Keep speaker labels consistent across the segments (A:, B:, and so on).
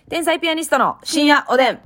A: 天才ピアニストの深夜おでん。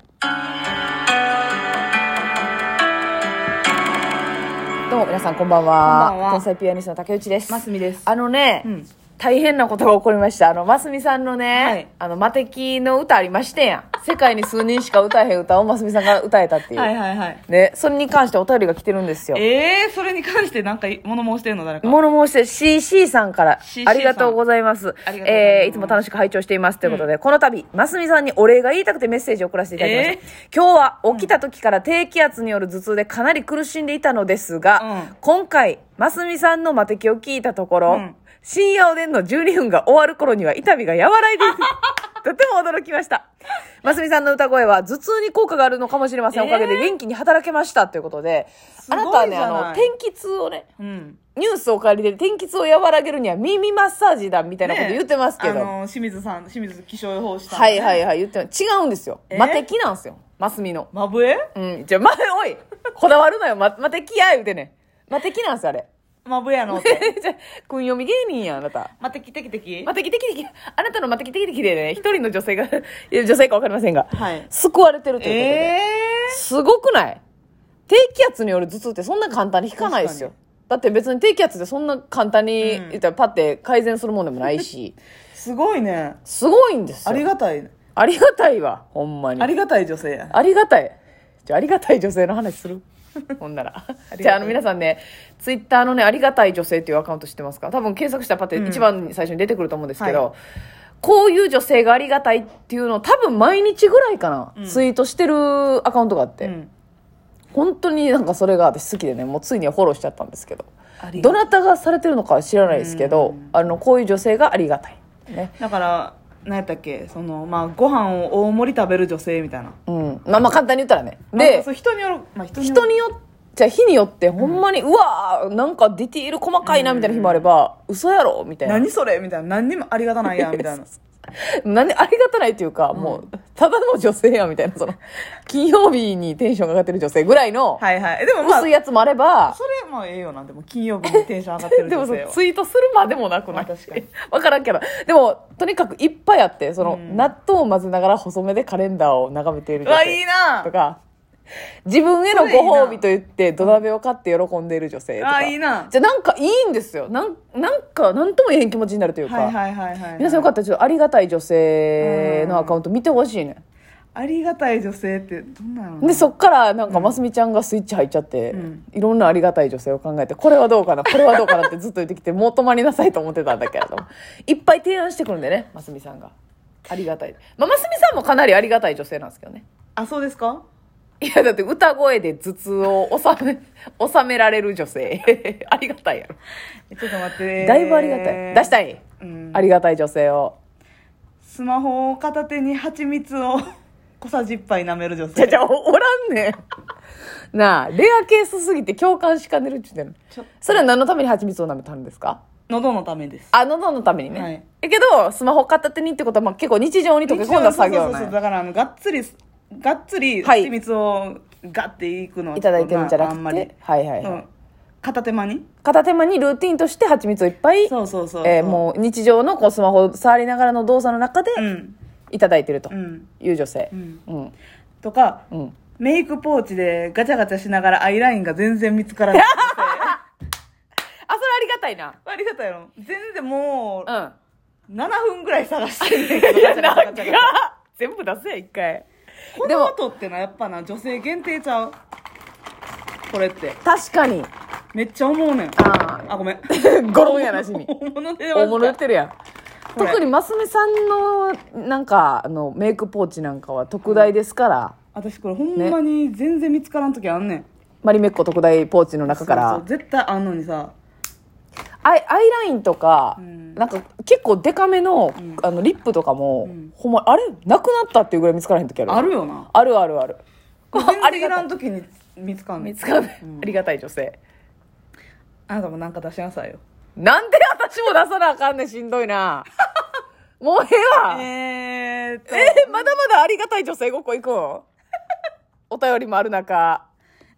A: どうも皆さんこんばんは。
B: こんばんは。
A: 天才ピアニストの竹内です。
B: ますみです。
A: 大変なことが起こりました。ますみさんのね、魔敵の歌ありましてやん。世界に数人しか歌えへん歌をますみさんが歌えたっていう。
B: はいはいはい。
A: ね、それに関してお便りが来てるんですよ。
B: それに関してなんか物申してんの誰か。
A: 物申して CC さんから、
B: CC さん
A: ありがとうございます。
B: ありがとうございます。
A: いつも楽しく拝聴しています。ということで、この度、ますみさんにお礼が言いたくてメッセージを送らせていただきました。今日は起きた時から低気圧による頭痛でかなり苦しんでいたのですが、今回、ますみさんの魔敵を聞いたところ、深夜おでんの12分が終わる頃には痛みが和らいでいる。とても驚きました。ますみさんの歌声は頭痛に効果があるのかもしれません。おかげで元気に働けましたということで、あなたはね、天気痛をね、ニュースを借りて天気痛を和らげるには耳マッサージだみたいなこと言ってますけど、
B: 清水気象予報士さん、
A: はいはいはい言ってます。違うんですよ。魔敵なんですよ。ますみの。
B: まぶえ？
A: じゃあ、おいこだわるなよ。魔敵や言うてね。魔敵なんすよ、あれ。
B: まぶやのって。
A: じゃあ、訓読み芸人やん、あなた。
B: 魔敵テキテキ？
A: 魔敵テキテキ。あなたの魔敵テキテキでね、一人の女性が、女性かわかりませんが、救われてるということで。すごくない？低気圧による頭痛ってそんな簡単に引かないですよ。だって別に低気圧でそんな簡単に言ったらパッて改善するもんでもないし。
B: すごいね。
A: すごいんですよ。
B: ありがたいね。
A: ありがたいわ、ほんまに。
B: ありがたい女性や。
A: ありがたい。ありがたい女性の話するほんなら。じゃあ、皆さんね、ツイッターのね、ありがたい女性っていうアカウント知ってますか？多分検索したらパッて一番最初に出てくると思うんですけど、こういう女性がありがたいっていうのを多分毎日ぐらいかな、ツイートしてるアカウントがあって、本当になんかそれが私好きでね、もうついにはフォローしちゃったんですけど、どなたがされてるのかは知らないですけど、こういう女性がありがたい。ね。
B: だから、何やったっけ、ご飯を大盛り食べる女性みたいな。
A: 簡単に言ったらね。で、
B: 人による、
A: 日によってほんまに、うわーなんかディティール細かいなみたいな日もあれば、嘘やろみたいな。
B: 何それみたいな。何にもありがたないやみたいな。
A: なんでありがたないっていうか、もう、ただの女性やみたいな、金曜日にテンションが上がってる女性ぐらいの、でも薄いやつもあれば、
B: それもええよな、でも金曜日にテンション上がってる女性は。
A: でもツイートするまでもなくない？
B: 確かに。
A: わからんけど。でも、とにかくいっぱいあって、納豆を混ぜながら細めでカレンダーを眺めている女性。
B: いいな
A: とか、自分へのご褒美と言って土鍋を買って喜んでいる女性とか。
B: いいな。
A: じゃあなんかいいんですよ。なんか、なんとも言えへん気持ちになるというか。皆さんよかったらちょっとありがたい女性のアカウント見てほしいね。
B: ありがたい女性ってどんなの？
A: で、そっからなんかますみちゃんがスイッチ入っちゃって、いろんなありがたい女性を考えて、これはどうかな、これはどうかなってずっと言ってきて、もう止まりなさいと思ってたんだけれども。いっぱい提案してくるんでね、ますみさんが。ありがたい。ますみさんもかなりありがたい女性なんですけどね。
B: あ、そうですか？
A: いや、だって歌声で頭痛を収められる女性。ありがたいやろ。
B: ちょっと待って。
A: だいぶありがたい。出したい。ありがたい女性を。
B: スマホを片手に蜂蜜を小さじ1杯舐める女性。
A: おらんねん。なあ、レアケースすぎて共感しかねるって言ってんの。それは何のために蜂蜜を舐めたんですか？
B: 喉のためです。
A: 喉のためにね。けど、スマホ片手にってことは、結構日常に溶け込んだ作業ね。
B: そう。だからがっつり蜂蜜をガッていくの
A: いただいてるんじゃなくて、
B: 片手間に
A: ルーティンとして蜂蜜をいっぱい、もう日常のスマホを触りながらの動作の中でいただいてるという女性。
B: とか、メイクポーチでガチャガチャしながらアイラインが全然見つからない女性。
A: それありがたいな。
B: ありがたいの。全然もう、7分ぐらい探してるんだけど、ガチャガチャガチャガチャ。
A: 全部出せや、一回。
B: この音ってのはやっぱな、女性限定ちゃうこれって。
A: 確かに。
B: めっちゃ思うねん。ごめん。
A: ゴロンやなしに。
B: 大物
A: 言ってるやん。特にますみさんの、なんか、メイクポーチなんかは特大ですから。
B: 私これほんまに全然見つからん時あんねん。
A: マリメッコ特大ポーチの中から。
B: そう絶対あんのにさ。
A: アイラインとか、なんか結構デカめの、リップとかも、ほんま、あれなくなったっていうぐらい見つからへん時ある。
B: あるよな。
A: ある。
B: 全然いらん時に見つかんねん。
A: ありがたい女性。
B: あなたもなんか出しなさいよ。
A: なんで私も出さなあかんねん、しんどいな。もうええわ。まだまだありがたい女性5個いくんお便りもある中。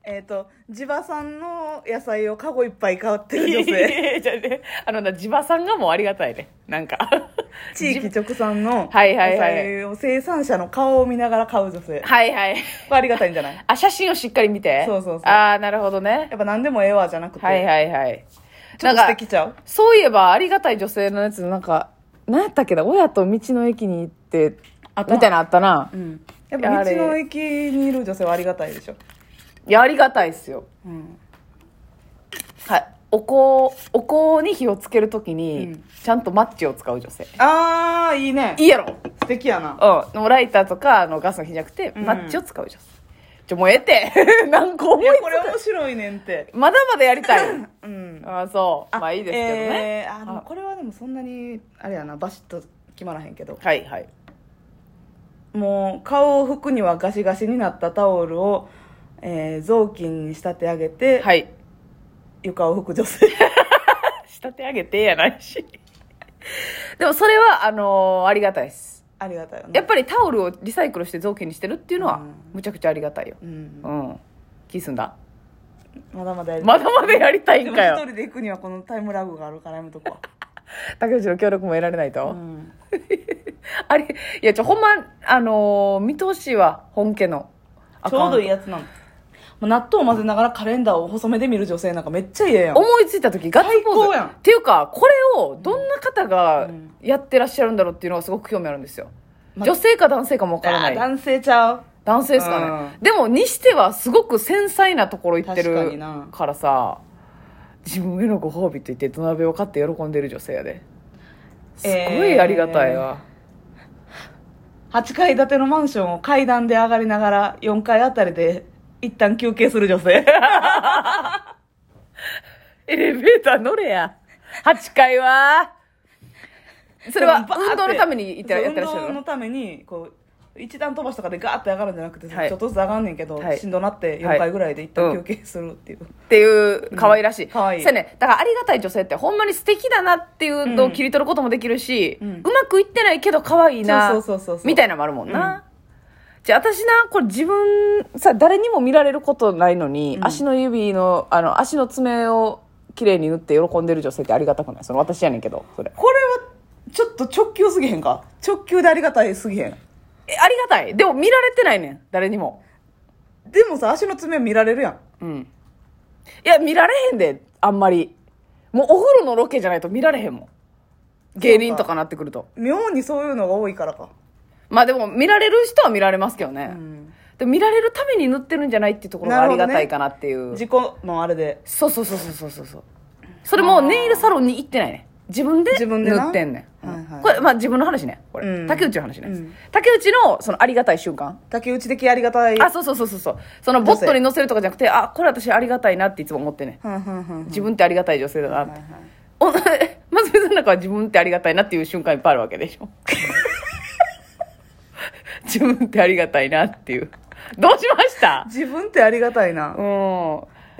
B: 地場産の野菜をカゴいっぱい買ってる女
A: いやい
B: 性。
A: やいやじゃあね、地場さんがもうありがたいね。なんか。
B: 地域直産の野
A: はいはいはい
B: 菜を生産者の顔を見ながら買う女性。
A: はいはい。
B: これありがたいんじゃない？
A: あ、写真をしっかり見て。
B: そうそうそう
A: ああ、なるほどね。
B: やっぱ何でもええわじゃなくて。
A: はいはいはい。
B: ちょっと素敵ちゃう？
A: そういえばありがたい女性のやつ、なんか、何やったっけな、親と道の駅に行って、みたいなのあったな。
B: うん。やっぱ道の駅にいる女性はありがたいでしょ。
A: いや、ありがたいっすよ。
B: うん。
A: はい。お香に火をつけるときに、ちゃんとマッチを使う女性。
B: あー、いいね。
A: いいやろ。
B: 素敵やな。
A: うん。もうライターとか、ガスの火じゃなくて、
B: うん
A: マッチを使う女性。もうええって。何個思いつ
B: いや、これ面白いねんって。
A: まだまだやりたい。
B: うん。
A: ああ、そう。まあいいですけどね。
B: でもこれはでもそんなに、あれやな、バシッと決まらへんけど。
A: はいはい。
B: もう、顔を拭くにはガシガシになったタオルを、雑巾に仕立て上げて、
A: はい。
B: 床を拭く女性。
A: 仕立て上げてやないし。でもそれは、ありがたいです。
B: ありがたいよね。
A: やっぱりタオルをリサイクルして雑巾にしてるっていうのは
B: うん、
A: むちゃくちゃありがたいよ。
B: うん
A: う。ん。気すんだ
B: まだまだやりたい。
A: まだまだやりたい
B: でも
A: んかよ。
B: 一人で行くにはこのタイムラグがあるからやめとこ
A: 竹内の協力も得られないと。
B: う。うん。
A: あれ、いや、ほんま、見通しいわ、本家の。
B: ちょうどいい
A: い。
B: やつなの。もう納豆を混ぜながらカレンダーを細めで見る女性なんかめっちゃいいやん。
A: 思いついた時ガッツポーズ。
B: 最高やん
A: っていうか、これをどんな方が
B: うん
A: やってらっしゃるんだろうっていうのがすごく興味あるんですよ。
B: ま
A: 女性か男性かもわからない。
B: 男性ちゃう。
A: 男性ですかね、
B: うん
A: でもにしてはすごく繊細なところ行って
B: 確かに
A: る
B: な
A: からさ、自分へのご褒美と言って土鍋を買って喜んでる女性やですごいありがたいわ、
B: 8階建てのマンションを階段で上がりながら4階あたりで一旦休憩する女性。
A: エレベーター乗れや8階はそれは運動のためにやってらっしゃる
B: 運動の
A: の
B: ためにこう一段飛ばしとかでガーって上がるんじゃなくて、
A: はい
B: ちょっとずつ上がんねんけど、
A: はい
B: しんどなって4階ぐらいで一旦休憩するっていう、
A: っていう可愛らしい、
B: 可愛い
A: そうやね、だからありがたい女性ってほんまに素敵だなっていうのを切り取ることもできるし、
B: うん
A: うまくいってないけど可愛いな
B: そうそうそうそう
A: みたいなのもあるもんな、じゃあ私なこれ自分さ誰にも見られることないのに、足の指の足の爪を綺麗に塗って喜んでる女性ってありがたくない？その私やねんけどそれ
B: これはちょっと直球すぎへんか？直球でありがたいすぎへん？
A: ありがたい。でも見られてないねん誰にも。
B: でもさ、足の爪見られるやん。
A: うんいや見られへんであんまり。もうお風呂のロケじゃないと見られへんもん、芸人とかなってくると。
B: 妙にそういうのが多いからか。
A: まあでも見られる人は見られますけどね、
B: うん
A: でも見られるために塗ってるんじゃないっていうところがありがたいかなっていう、
B: 自己のあれで。
A: そうそうそうそうそうそう。それもネイルサロンに行ってないね、自分で
B: 自分でな
A: 塗ってんねん、
B: はいはい
A: これまあ自分の話ねこれ、
B: うん
A: 竹内の話ね、
B: うん
A: 竹内のそのありがたい瞬間、
B: 竹内的ありがたい。
A: あそうそうそうそうそう、そのボットに乗せるとかじゃなくて、あこれ私ありがたいなっていつも思ってね、
B: ふんふんふんふん。
A: 自分ってありがたい女性だなって、
B: はいはい
A: お松部さんの中は自分ってありがたいなっていう瞬間いっぱいあるわけでしょ自分ってありがたいなっていう。どうしました
B: 自分ってありがたいな。
A: う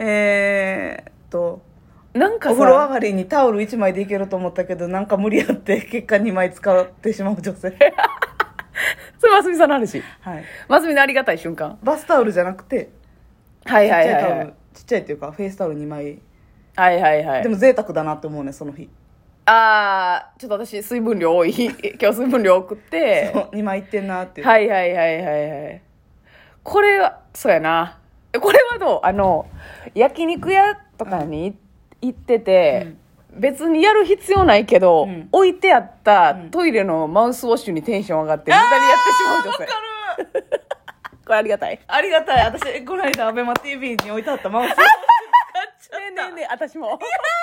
A: なんかさ
B: お風呂上がりにタオル1枚でいけると思ったけど、なんか無理やって結果2枚使ってしまう女性。
A: それますみさんの話。
B: はい。
A: ますみのありがたい瞬間。
B: バスタオルじゃなくて、
A: はい
B: ちっち
A: はいはいはい
B: ゃいタオル、ちっちゃいっていうか、フェイスタオル2枚。
A: はいはいはい。
B: でも贅沢だなって思うね、その日。
A: あーちょっと私水分量多い今日水分量多くって
B: そう、2枚いってんなっていう。
A: はいはいはいはいはい。これはそうやな。これはどう焼肉屋とかに行ってて、別にやる必要ないけど、
B: うん
A: 置いてあったトイレのマウスウォッシュにテンション上がって無駄にやってしまう女性。
B: わかる
A: これありがたい。
B: ありがたい。私、この間、アベマ TV に置いてあったマウス。
A: ねえねえねえ私も。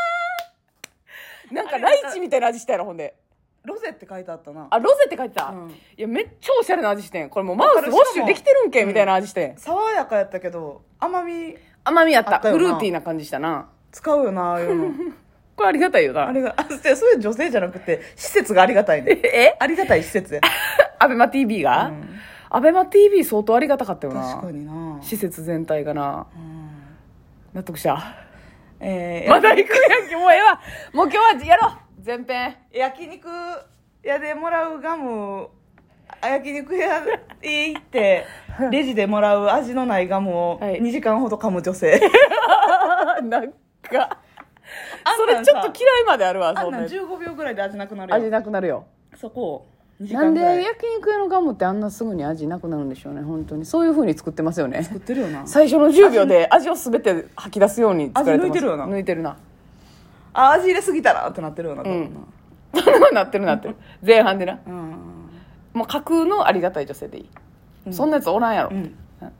A: なんかライチみたいな味したやろほんで。
B: ロゼって書いてあったな。
A: あロゼって書いてた、
B: うん
A: いやめっちゃおしゃれな味してん。これもうマウスウォッシュできてるんけみたいな味してん。
B: 爽やかやったけど、甘み
A: 甘みあった
B: あったよな
A: フルーティーな感じしたな。
B: 使うよな、ああいうの。
A: これありがたいよな。
B: あれが、そういう女性じゃなくて、施設がありがたいね。
A: え
B: ありがたい施設や。
A: アベマ TV が、
B: うん
A: アベマ TV 相当ありがたかったよな。
B: 確かにな。
A: 施設全体がな。納得した。
B: え
A: まだ行くやんけ、もうええわ。もう今日はやろう全編。
B: 焼肉屋でもらうガム、焼肉屋へ行って、 レジでもらう味のないガムを
A: はい
B: 2時間ほど噛む女性。
A: なんか、
B: あ
A: そ
B: んなんさ
A: れちょっと嫌いまであるわ、
B: あんなん
A: そんなやつ。
B: 15秒ぐらいで味なくなるよ。
A: 味なくなるよ。
B: そこを2時
A: なんで
B: 間ぐらい
A: 焼肉屋のガムってあんなすぐに味なくなるんでしょうね、本当に。そういう風に作ってますよね。
B: 作ってるよな。
A: 最初の10秒で味を全て吐き出すように作られてます。
B: 味抜いてるよな
A: 抜いてるな。
B: あ、味入れすぎたらってなってるよな、多分
A: なってるなってる。前半でな。
B: な。うん。
A: もう架空のありがたい女性でいい。そんなやつおらんやろ。
B: うん。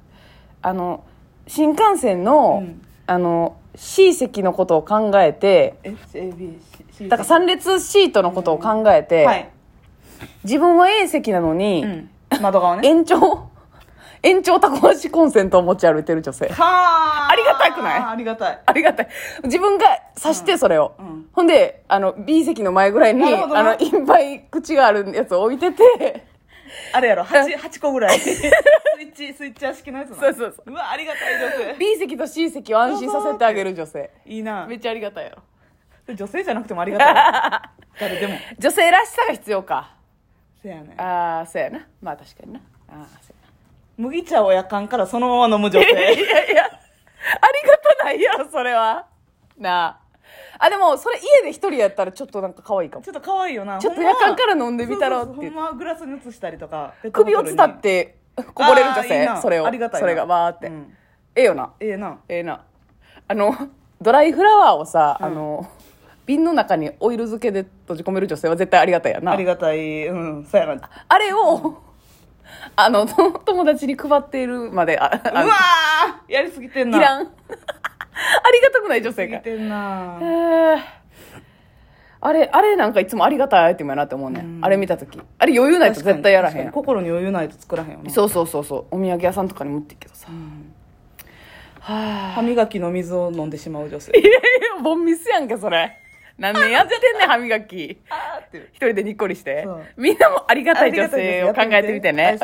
A: 新幹線の、C 席のことを考えて、
B: HABC。
A: だから3列シートのことを考えて、
B: はい。
A: 自分は A 席なのに、
B: うん。窓側ね。
A: 延長タコ足コンセントを持ち歩いてる女性。
B: は
A: ありがたくない
B: ありがたい。
A: ありがたい。自分が刺してそれを。
B: うん
A: ほんで、B 席の前ぐらいに、
B: なるほどない
A: っぱい口があるやつを置いてて、
B: あれやろ、8個ぐらい。スイッチ式のやつな。
A: そうそうそう。
B: うわ、ありがたい女性。
A: B 席と C 席を安心させてあげる女性。
B: いいな
A: め。っちゃありがたいやろ。
B: 女性じゃなくてもありがたい。誰でも。
A: 女性らしさが必要か。
B: せやね。
A: ああ、そうやな。まあ確かにな。ああ、そう
B: 麦茶をやかんからそのまま飲む女
A: やな。い
B: 性。
A: やいや、ありがたないやろ、それは。なあ。あ、でも、それ家で一人やったらちょっとなんか可愛いかも。
B: ちょっと可愛いよな。
A: ちょっとやかんから飲んでみたろって
B: そうそうそうほんまはグラスに移したりとか。
A: 首を伝ってこぼれる女性。
B: あーいいな
A: それを。
B: ありがたいな
A: それがわーって。
B: うん
A: ええよな。
B: ええな。
A: ええな。ドライフラワーをさ、瓶の中にオイル漬けで閉じ込める女性は絶対ありがたいやな。
B: ありがたい。うん、そうやな。
A: あれを、友達に配っているまで、
B: うわーやりすぎてんな。
A: いらん。ありがたくない女性が。
B: すぎてんな。
A: あれなんかいつもありがたいアイテムやなって思うね、あれ見たとき。あれ余裕ないと絶対やらへんやん。
B: 心に余裕ないと作らへんよな。
A: そうそうそうそう。お土産屋さんとかにも売ってるけどさ。
B: 歯磨きの水を飲んでしまう女性。
A: いやいや、ボンミスやんけ、それ。何年やってんねん、歯磨き。
B: あーって。
A: 一人でにっこりして
B: そう。
A: みんなもありがたい女性を考えてみてね。